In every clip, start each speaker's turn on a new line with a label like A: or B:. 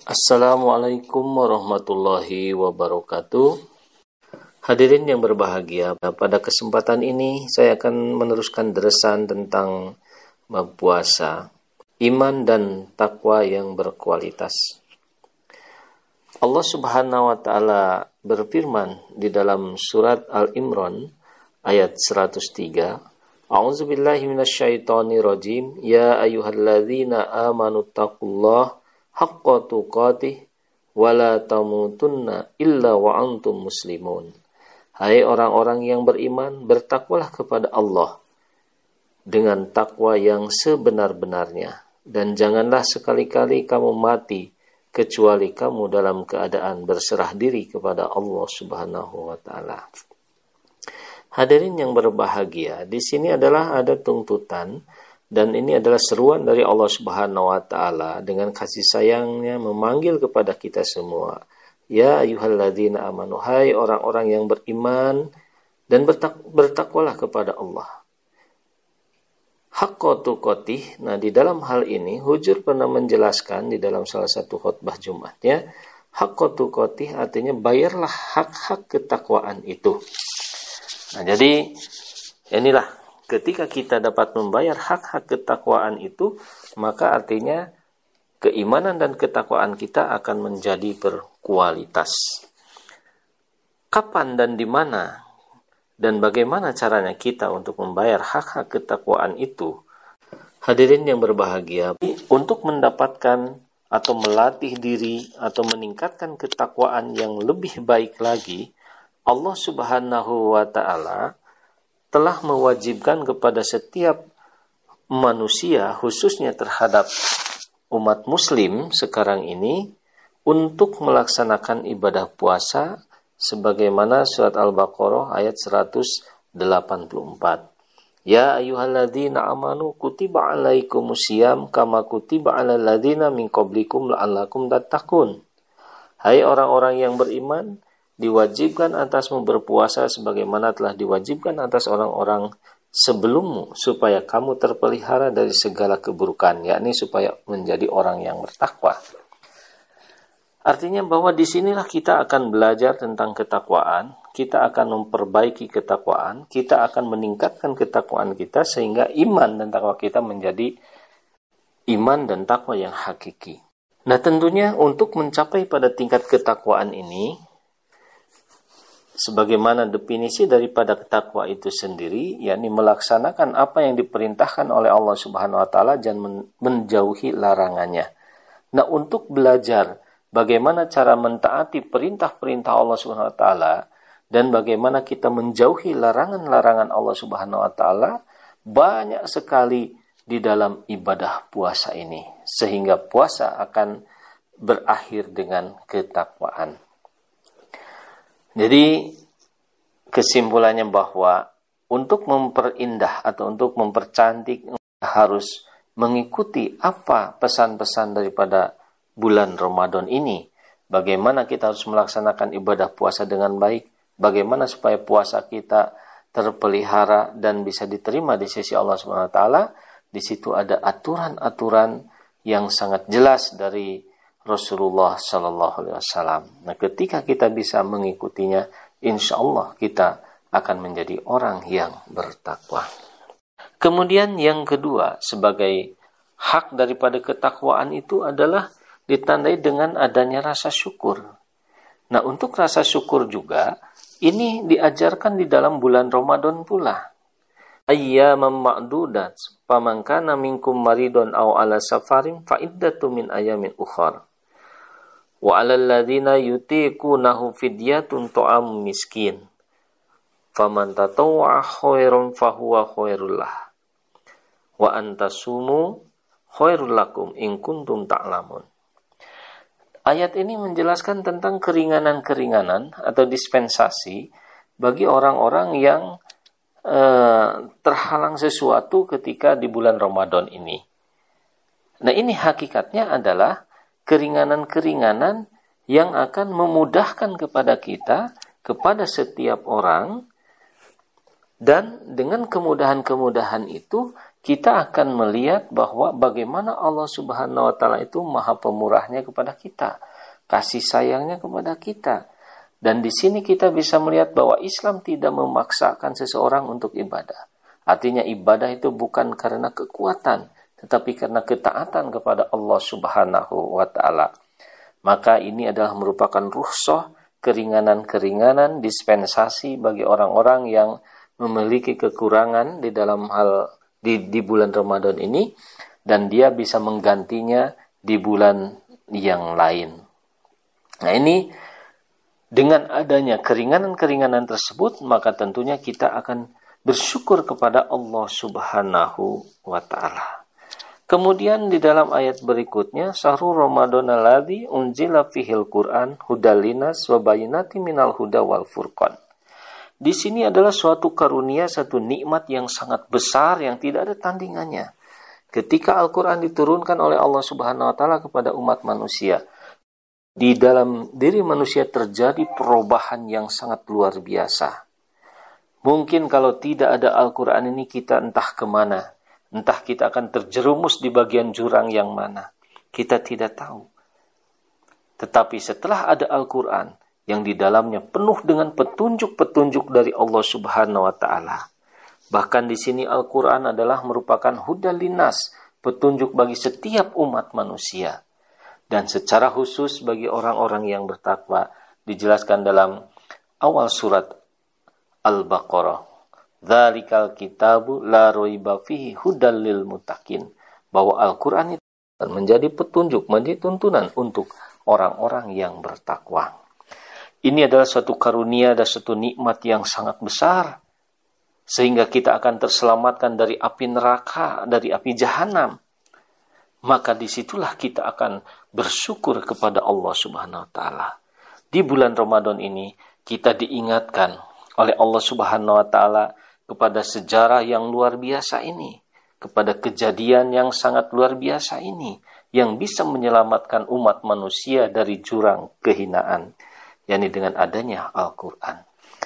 A: Assalamualaikum warahmatullahi wabarakatuh. Hadirin yang berbahagia, pada kesempatan ini saya akan meneruskan deresan tentang puasa, iman dan takwa yang berkualitas. Allah Subhanahu wa taala berfirman di dalam surat Al-Imran ayat 103, A'udzubillahi minasyaitonirrajim, ya ayyuhalladzina amanu taqullaha haqqa tuqatih wa la tamutunna illa wa antum muslimun. Hai orang-orang yang beriman, bertakwalah kepada Allah dengan takwa yang sebenar-benarnya, dan janganlah sekali-kali kamu mati kecuali kamu dalam keadaan berserah diri kepada Allah Subhanahu wa taala. Hadirin yang berbahagia, di sini adalah ada tuntutan, dan ini adalah seruan dari Allah Subhanahu wa taala dengan kasih sayangnya memanggil kepada kita semua. Ya ayyuhalladzina amanu, hai orang-orang yang beriman dan bertakwalah kepada Allah. Haqqa tuqatih. Nah, di dalam hal ini Hujur pernah menjelaskan di dalam salah satu khutbah Jumatnya, haqqa tuqatih artinya bayarlah hak-hak ketakwaan itu. Nah, jadi inilah ketika kita dapat membayar hak-hak ketakwaan itu, maka artinya keimanan dan ketakwaan kita akan menjadi berkualitas. Kapan dan di mana dan bagaimana caranya kita untuk membayar hak-hak ketakwaan itu? Hadirin yang berbahagia, untuk mendapatkan atau melatih diri atau meningkatkan ketakwaan yang lebih baik lagi, Allah Subhanahu wa taala telah mewajibkan kepada setiap manusia, khususnya terhadap umat muslim sekarang ini, untuk melaksanakan ibadah puasa sebagaimana surat Al-Baqarah ayat 184. Ya ayyuhalladzina amanu kutiba alaikumusiyam kama kutiba alal ladzina min qablikum la'allakum tattaqun. Hai orang-orang yang beriman, diwajibkan atasmu berpuasa sebagaimana telah diwajibkan atas orang-orang sebelummu, supaya kamu terpelihara dari segala keburukan, yakni supaya menjadi orang yang bertakwa. Artinya bahwa disinilah kita akan belajar tentang ketakwaan, kita akan memperbaiki ketakwaan, kita akan meningkatkan ketakwaan kita sehingga iman dan takwa kita menjadi iman dan takwa yang hakiki. Nah, tentunya untuk mencapai pada tingkat ketakwaan ini, sebagaimana definisi daripada takwa itu sendiri, yakni melaksanakan apa yang diperintahkan oleh Allah Subhanahu wa taala dan menjauhi larangannya. Nah, untuk belajar bagaimana cara mentaati perintah-perintah Allah Subhanahu wa taala dan bagaimana kita menjauhi larangan-larangan Allah Subhanahu wa taala, banyak sekali di dalam ibadah puasa ini, sehingga puasa akan berakhir dengan ketakwaan. Jadi kesimpulannya bahwa untuk memperindah atau untuk mempercantik harus mengikuti apa pesan-pesan daripada bulan Ramadan ini. Bagaimana kita harus melaksanakan ibadah puasa dengan baik, bagaimana supaya puasa kita terpelihara dan bisa diterima di sisi Allah Subhanahu wa taala. Di situ ada aturan-aturan yang sangat jelas dari Rasulullah Sallallahu Alaihi Wasallam. Nah, ketika kita bisa mengikutinya, insya Allah kita akan menjadi orang yang bertakwa. Kemudian yang kedua, sebagai hak daripada ketakwaan itu adalah ditandai dengan adanya rasa syukur. Nah, untuk rasa syukur juga, ini diajarkan di dalam bulan Ramadan pula. Ayyaman ma'dudat, faman kana minkum maridun aw ala safarin fa iddatu min ayamin ukhra. Wa 'alal ladzina yutiqunahu fidyatun ta'am miskin. Faman tatawwa'a khairan fahuwa khairul lah. Wa antasumu khairul lakum in kuntum ta'lamun. Ayat ini menjelaskan tentang keringanan-keringanan atau dispensasi bagi orang-orang yang terhalang sesuatu ketika di bulan Ramadan ini. Nah, ini hakikatnya adalah keringanan-keringanan yang akan memudahkan kepada kita, kepada setiap orang, dan dengan kemudahan-kemudahan itu kita akan melihat bahwa bagaimana Allah Subhanahu wa taala itu maha pemurahnya kepada kita, kasih sayangnya kepada kita. Dan di sini kita bisa melihat bahwa Islam tidak memaksakan seseorang untuk ibadah. Artinya ibadah itu bukan karena kekuatan, tetapi karena ketaatan kepada Allah Subhanahu wa taala. Maka ini adalah merupakan rukhsah, keringanan-keringanan, dispensasi bagi orang-orang yang memiliki kekurangan di dalam hal di bulan Ramadan ini, dan dia bisa menggantinya di bulan yang lain. Nah, ini dengan adanya keringanan-keringanan tersebut, maka tentunya kita akan bersyukur kepada Allah Subhanahu wa taala. Kemudian di dalam ayat berikutnya, syahrul Ramadan alladzi unzila fihil Qur'an hudal linnas wa bayyinatin minal huda wal furqan. Di sini adalah suatu karunia, satu nikmat yang sangat besar yang tidak ada tandingannya. Ketika Al-Quran diturunkan oleh Allah Subhanahu wa taala kepada umat manusia, di dalam diri manusia terjadi perubahan yang sangat luar biasa. Mungkin kalau tidak ada Al-Quran ini kita entah kemana, entah kita akan terjerumus di bagian jurang yang mana, kita tidak tahu. Tetapi setelah ada Al-Quran, yang di dalamnya penuh dengan petunjuk-petunjuk dari Allah Subhanahu wa taala. Bahkan di sini Al-Qur'an adalah merupakan hudal linnas, petunjuk bagi setiap umat manusia. Dan secara khusus bagi orang-orang yang bertakwa, dijelaskan dalam awal surat Al-Baqarah. Dzalikal kitabu la raiba fihi hudal lil muttaqin. Bahwa Al-Qur'an itu akan menjadi petunjuk, menjadi tuntunan untuk orang-orang yang bertakwa. Ini adalah suatu karunia dan suatu nikmat yang sangat besar. Sehingga kita akan terselamatkan dari api neraka, dari api jahanam. Maka disitulah kita akan bersyukur kepada Allah Subhanahu wa taala. Di bulan Ramadan ini, kita diingatkan oleh Allah Subhanahu wa taala kepada sejarah yang luar biasa ini. Kepada kejadian yang sangat luar biasa ini. Yang bisa menyelamatkan umat manusia dari jurang kehinaan. yakni dengan adanya Al-Quran.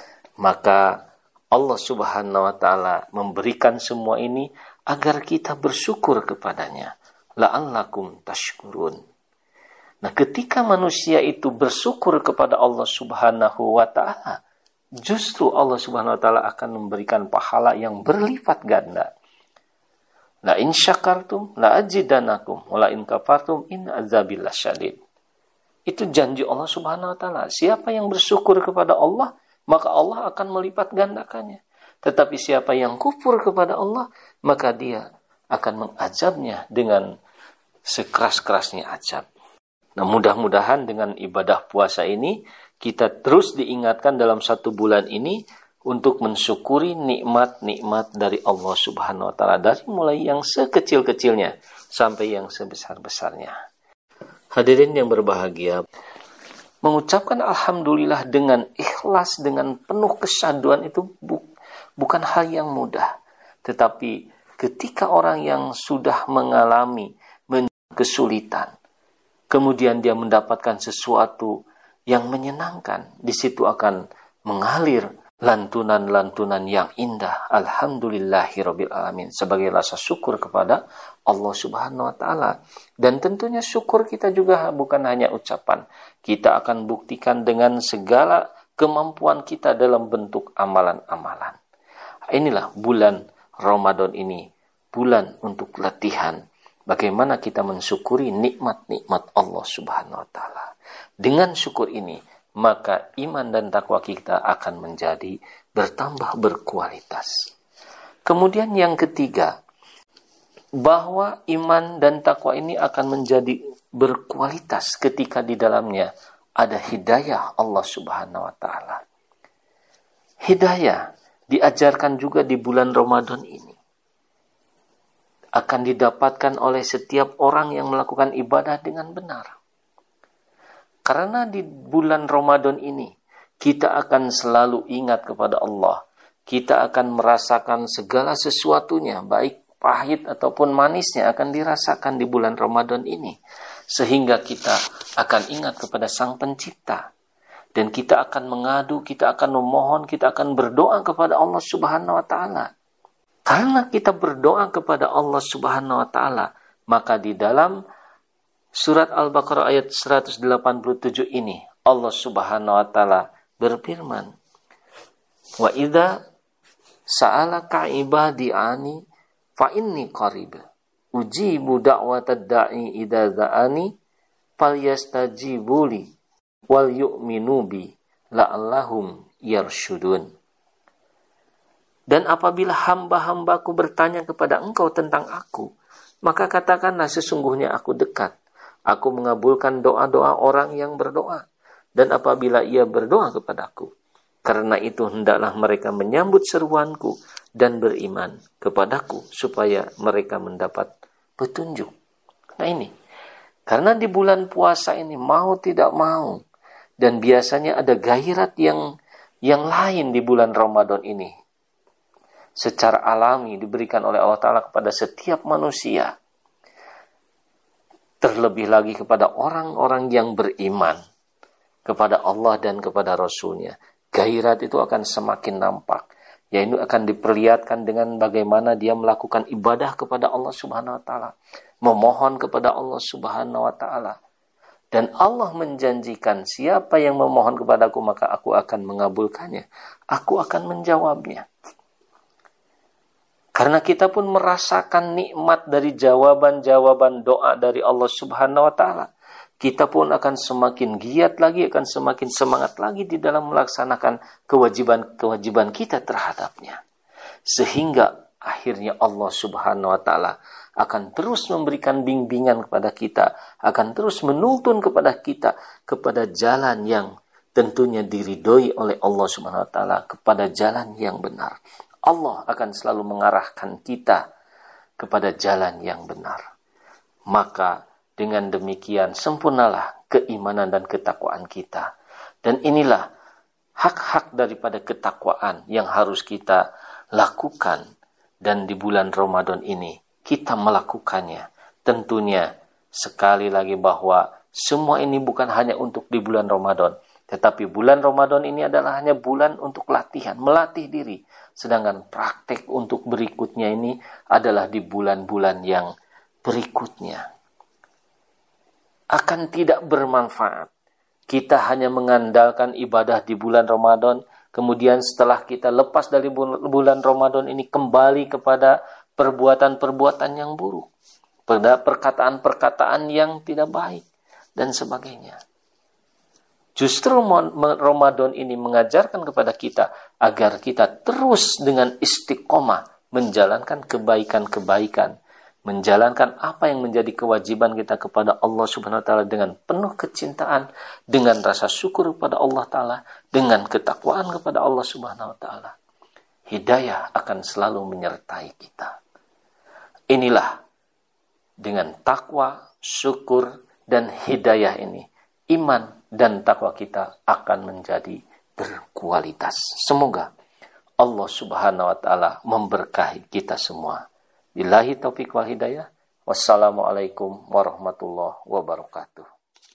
A: Maka Allah Subhanahu wa taala memberikan semua ini agar kita bersyukur kepadanya. La'allakum tashkurun. Nah, ketika manusia itu bersyukur kepada Allah Subhanahu wa taala, justru Allah Subhanahu wa taala akan memberikan pahala yang berlipat ganda. La in syakartum la azidanakum wa la in kafartum in azabil lasyadid. Itu janji Allah Subhanahu wa taala. Siapa yang bersyukur kepada Allah, maka Allah akan melipat gandakannya. Tetapi siapa yang kufur kepada Allah, maka dia akan mengazabnya dengan sekeras-kerasnya azab. Nah, mudah-mudahan dengan ibadah puasa ini, kita terus diingatkan dalam satu bulan ini untuk mensyukuri nikmat-nikmat dari Allah Subhanahu wa taala, dari mulai yang sekecil-kecilnya sampai yang sebesar-besarnya. Hadirin yang berbahagia, mengucapkan alhamdulillah dengan ikhlas, dengan penuh kesyaduan itu bukan hal yang mudah. Tetapi ketika orang yang sudah mengalami kesulitan, kemudian dia mendapatkan sesuatu yang menyenangkan, di situ akan mengalir lantunan-lantunan yang indah. Alhamdulillahirabbil alamin, sebagai rasa syukur kepada Allah Subhanahu wa taala. Dan tentunya syukur kita juga bukan hanya ucapan. Kita akan buktikan dengan segala kemampuan kita dalam bentuk amalan-amalan. Inilah bulan Ramadan ini, bulan untuk latihan bagaimana kita mensyukuri nikmat-nikmat Allah Subhanahu wa taala. Dengan syukur ini, maka iman dan takwa kita akan menjadi bertambah berkualitas. Kemudian yang ketiga, bahwa iman dan takwa ini akan menjadi berkualitas ketika di dalamnya ada hidayah Allah Subhanahu wa taala. Hidayah diajarkan juga di bulan Ramadan ini. Akan didapatkan oleh setiap orang yang melakukan ibadah dengan benar. Karena di bulan Ramadan ini, kita akan selalu ingat kepada Allah. Kita akan merasakan segala sesuatunya, baik pahit ataupun manisnya akan dirasakan di bulan Ramadan ini. Sehingga kita akan ingat kepada Sang Pencipta. Dan kita akan mengadu, kita akan memohon, kita akan berdoa kepada Allah Subhanahu wa taala. Karena kita berdoa kepada Allah Subhanahu wa taala, maka di dalam surat Al-Baqarah ayat 187 ini Allah Subhanahu wa taala berfirman, "Wa idza sa'alaka ibadi ani fa inni qarib ujibu da'watad da'i idza da'ani falyastajibuli wal yu'minu bi la'allahum yarshudun." Dan apabila hamba-hambaku bertanya kepada engkau tentang aku, maka katakanlah sesungguhnya aku dekat. Aku mengabulkan doa-doa orang yang berdoa. Dan apabila ia berdoa kepadaku, karena itu hendaklah mereka menyambut seruanku dan beriman kepadaku supaya mereka mendapat petunjuk. Nah ini, karena di bulan puasa ini mau tidak mau, dan biasanya ada gairat yang lain di bulan Ramadan ini, secara alami diberikan oleh Allah Ta'ala kepada setiap manusia. Terlebih lagi kepada orang-orang yang beriman kepada Allah dan kepada Rasul-Nya. Gairat itu akan semakin nampak. Yaitu akan diperlihatkan dengan bagaimana dia melakukan ibadah kepada Allah Subhanahu wa Ta'ala. Memohon kepada Allah Subhanahu wa Ta'ala. Dan Allah menjanjikan, siapa yang memohon kepadaku maka aku akan mengabulkannya. Aku akan menjawabnya. Karena kita pun merasakan nikmat dari jawaban-jawaban doa dari Allah Subhanahu wa Ta'ala. Kita pun akan semakin giat lagi, akan semakin semangat lagi di dalam melaksanakan kewajiban-kewajiban kita terhadapnya. Sehingga akhirnya Allah Subhanahu wa Ta'ala akan terus memberikan bimbingan kepada kita, akan terus menuntun kepada kita kepada jalan yang tentunya diridhoi oleh Allah Subhanahu wa Ta'ala, kepada jalan yang benar. Allah akan selalu mengarahkan kita kepada jalan yang benar. Maka dengan demikian sempurnalah keimanan dan ketakwaan kita. Dan inilah hak-hak daripada ketakwaan yang harus kita lakukan. Dan di bulan Ramadan ini kita melakukannya. Tentunya sekali lagi bahwa semua ini bukan hanya untuk di bulan Ramadan. Tetapi bulan Ramadan ini adalah hanya bulan untuk latihan, melatih diri. Sedangkan praktek untuk berikutnya ini adalah di bulan-bulan yang berikutnya. Akan tidak bermanfaat. Kita hanya mengandalkan ibadah di bulan Ramadan. Kemudian setelah kita lepas dari bulan Ramadan ini kembali kepada perbuatan-perbuatan yang buruk. Pada perkataan-perkataan yang tidak baik. Dan sebagainya. Justru Ramadan ini mengajarkan kepada kita agar kita terus dengan istiqomah menjalankan kebaikan-kebaikan, menjalankan apa yang menjadi kewajiban kita kepada Allah Subhanahu wa Ta'ala dengan penuh kecintaan, dengan rasa syukur kepada Allah Ta'ala, dengan ketakwaan kepada Allah Subhanahu wa Ta'ala. Hidayah akan selalu menyertai kita. Inilah dengan takwa, syukur, dan hidayah ini, iman dan takwa kita akan menjadi berkualitas. Semoga Allah Subhanahu wa Ta'ala memberkahi kita semua. Billahi taufiq wal hidayah. Wassalamualaikum warahmatullahi wabarakatuh.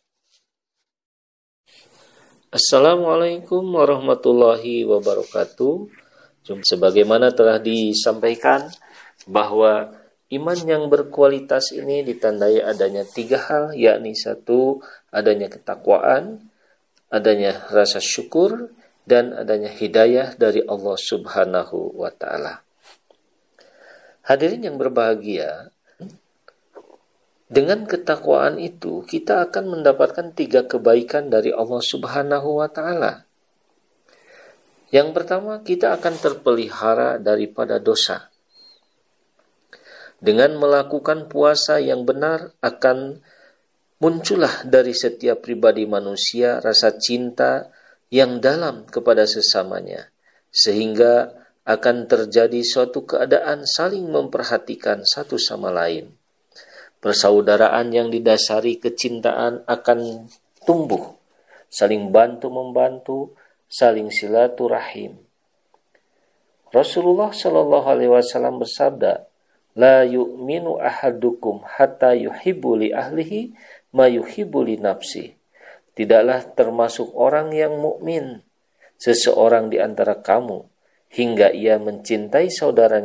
A: Assalamualaikum warahmatullahi wabarakatuh. Sebagaimana telah disampaikan bahwa iman yang berkualitas ini ditandai adanya 3 hal, yakni 1, adanya ketakwaan, adanya rasa syukur, dan adanya hidayah dari Allah Subhanahu wa Ta'ala. Hadirin yang berbahagia, dengan ketakwaan itu kita akan mendapatkan 3 kebaikan dari Allah Subhanahu wa Ta'ala. Yang pertama, kita akan terpelihara daripada dosa. Dengan melakukan puasa yang benar akan muncullah dari setiap pribadi manusia rasa cinta yang dalam kepada sesamanya. Sehingga akan terjadi suatu keadaan saling memperhatikan satu sama lain. Persaudaraan yang didasari kecintaan akan tumbuh. Saling bantu-membantu, saling silaturahim. Rasulullah SAW bersabda, La yu'minu ahadukum hatta yuhibbu li ahlihi ma yuhibbu li nafsi. Tidaklah termasuk orang yang mukmin seseorang di antara kamu hingga ia mencintai saudaranya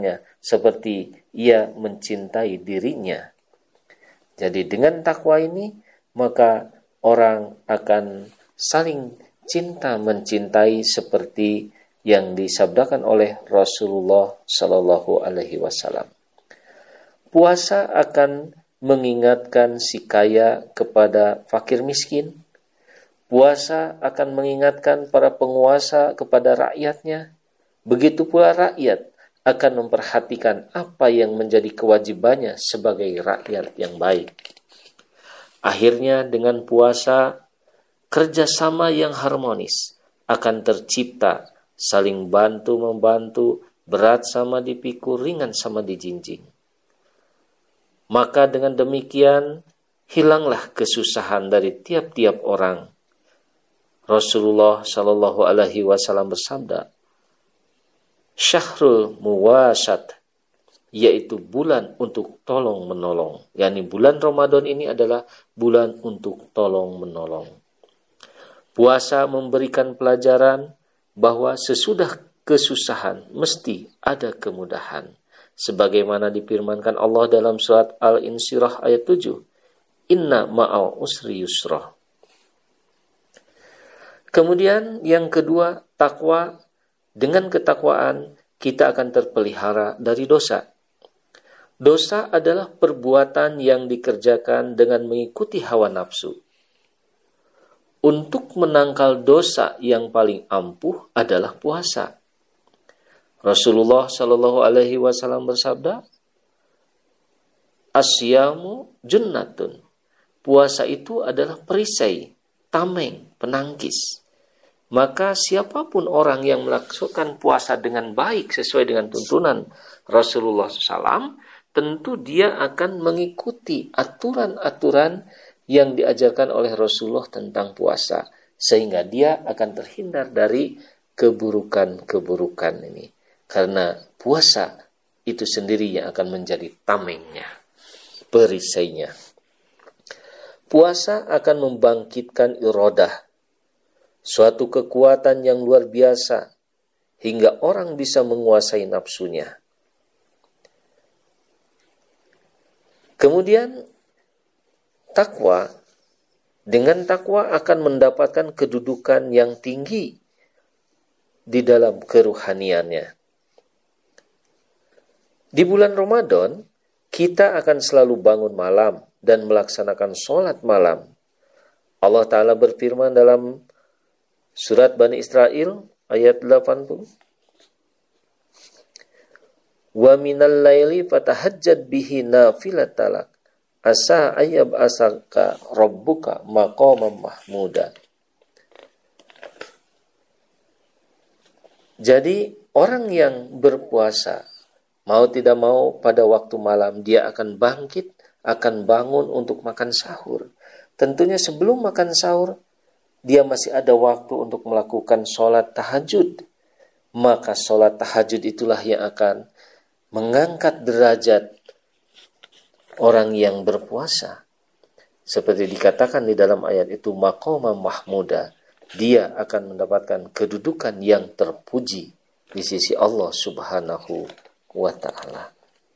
A: seperti ia mencintai dirinya. Jadi dengan takwa ini maka orang akan saling cinta mencintai seperti yang disabdakan oleh Rasulullah Shallallahu Alaihi Wasallam. Puasa akan mengingatkan si kaya kepada fakir miskin. Puasa akan mengingatkan para penguasa kepada rakyatnya. Begitu pula rakyat akan memperhatikan apa yang menjadi kewajibannya sebagai rakyat yang baik. Akhirnya dengan puasa, kerjasama yang harmonis akan tercipta, saling bantu-membantu, berat sama dipikul, ringan sama dijinjing. Maka dengan demikian, hilanglah kesusahan dari tiap-tiap orang. Rasulullah Shallallahu Alaihi Wasallam bersabda, Syahrul Muwasat, yaitu bulan untuk tolong menolong. Yani bulan Ramadan ini adalah bulan untuk tolong menolong. Puasa memberikan pelajaran bahwa sesudah kesusahan mesti ada kemudahan. Sebagaimana difirmankan Allah dalam surat Al-Insyirah ayat 7. Inna ma'al usri yusra. Kemudian yang kedua, takwa. Dengan ketakwaan kita akan terpelihara dari dosa. Dosa adalah perbuatan yang dikerjakan dengan mengikuti hawa nafsu. Untuk menangkal dosa yang paling ampuh adalah puasa. Rasulullah Shallallahu Alaihi Wasallam bersabda, Asyamu junnatun. Puasa itu adalah perisai, tameng, penangkis. Maka siapapun orang yang melakukan puasa dengan baik sesuai dengan tuntunan Rasulullah SAW, tentu dia akan mengikuti aturan-aturan yang diajarkan oleh Rasulullah tentang puasa, sehingga dia akan terhindar dari keburukan-keburukan ini. Karena puasa itu sendiri yang akan menjadi tamengnya, perisainya. Puasa akan membangkitkan iradah, suatu kekuatan yang luar biasa, hingga orang bisa menguasai nafsunya. Kemudian takwa, dengan takwa akan mendapatkan kedudukan yang tinggi di dalam keruhaniannya. Di bulan Ramadan, kita akan selalu bangun malam dan melaksanakan sholat malam. Allah Ta'ala berfirman dalam surat Bani Israel ayat 80. Wa minal laili fatahajjad bihi nafilatalak asa ayyab asaka rabbuka maqaman mahmuda. Jadi orang yang berpuasa, mau tidak mau pada waktu malam dia akan bangkit, akan bangun untuk makan sahur. Tentunya sebelum makan sahur, dia masih ada waktu untuk melakukan sholat tahajud. Maka sholat tahajud itulah yang akan mengangkat derajat orang yang berpuasa. Seperti dikatakan di dalam ayat itu, maqaman mahmuda. Dia akan mendapatkan kedudukan yang terpuji di sisi Allah Subhanahu wa ta'ala.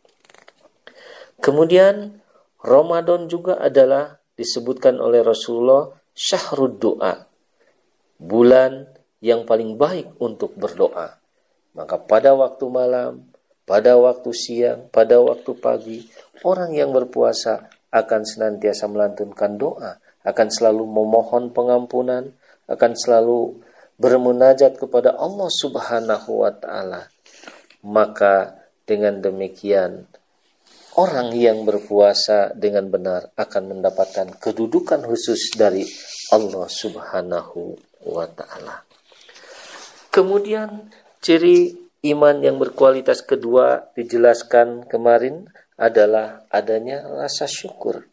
A: Kemudian Ramadan juga adalah disebutkan oleh Rasulullah syahrud doa, bulan yang paling baik untuk berdoa. Maka pada waktu malam, pada waktu siang, pada waktu pagi, orang yang berpuasa akan senantiasa melantunkan doa, akan selalu memohon pengampunan, akan selalu bermunajat kepada Allah Subhanahu wa ta'ala. Maka dengan demikian, orang yang berpuasa dengan benar akan mendapatkan kedudukan khusus dari Allah Subhanahu wa ta'ala. Kemudian ciri iman yang berkualitas kedua dijelaskan kemarin adalah adanya rasa syukur.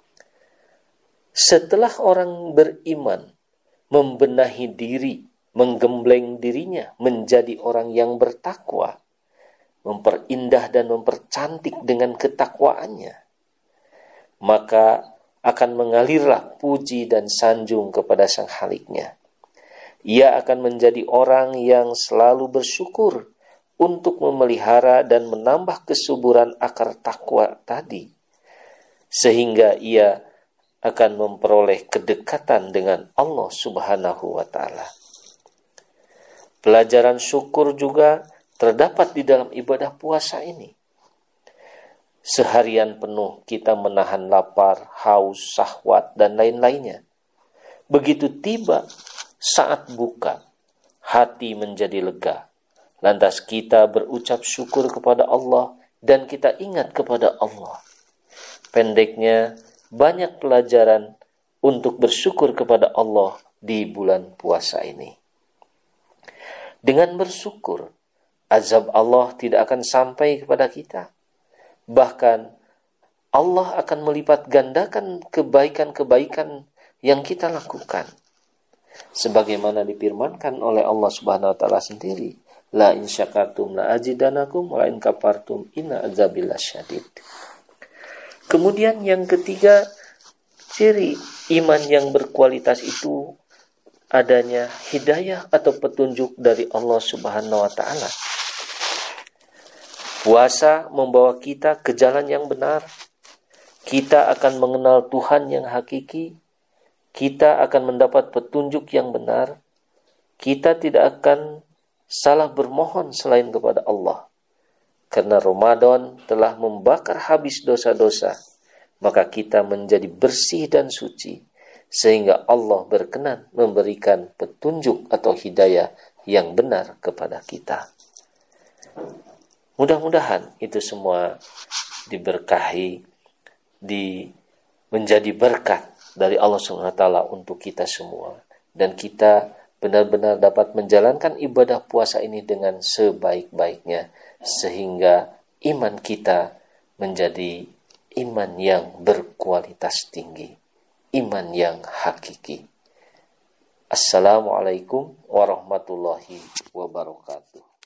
A: Setelah orang beriman membenahi diri, menggembleng dirinya menjadi orang yang bertakwa, memperindah dan mempercantik dengan ketakwaannya, maka akan mengalirlah puji dan sanjung kepada Sang Khaliknya. Ia akan menjadi orang yang selalu bersyukur, untuk memelihara dan menambah kesuburan akar takwa tadi, sehingga ia akan memperoleh kedekatan dengan Allah Subhanahu wa Ta'ala. Pelajaran syukur juga terdapat di dalam ibadah puasa ini. Seharian penuh kita menahan lapar, haus, syahwat, dan lain-lainnya. Begitu tiba saat buka, hati menjadi lega. Lantas kita berucap syukur kepada Allah dan kita ingat kepada Allah. Pendeknya, banyak pelajaran untuk bersyukur kepada Allah di bulan puasa ini. Dengan bersyukur, azab Allah tidak akan sampai kepada kita. Bahkan, Allah akan melipat gandakan kebaikan-kebaikan yang kita lakukan. Sebagaimana difirmankan oleh Allah Subhanahu wa Ta'ala sendiri, la in syakartum la azidanakum wa in kafartum inna azabi lasyadid. Kemudian yang ketiga, ciri iman yang berkualitas itu adanya hidayah atau petunjuk dari Allah Subhanahu wa Ta'ala. Puasa membawa kita ke jalan yang benar. Kita akan mengenal Tuhan yang hakiki. Kita akan mendapat petunjuk yang benar. Kita tidak akan salah bermohon selain kepada Allah. Karena Ramadan telah membakar habis dosa-dosa, maka kita menjadi bersih dan suci, sehingga Allah berkenan memberikan petunjuk atau hidayah yang benar kepada kita. Mudah-mudahan itu semua diberkahi, menjadi berkat dari Allah SWT untuk kita semua. Dan kita benar-benar dapat menjalankan ibadah puasa ini dengan sebaik-baiknya, sehingga iman kita menjadi iman yang berkualitas tinggi, iman yang hakiki. Assalamualaikum warahmatullahi wabarakatuh.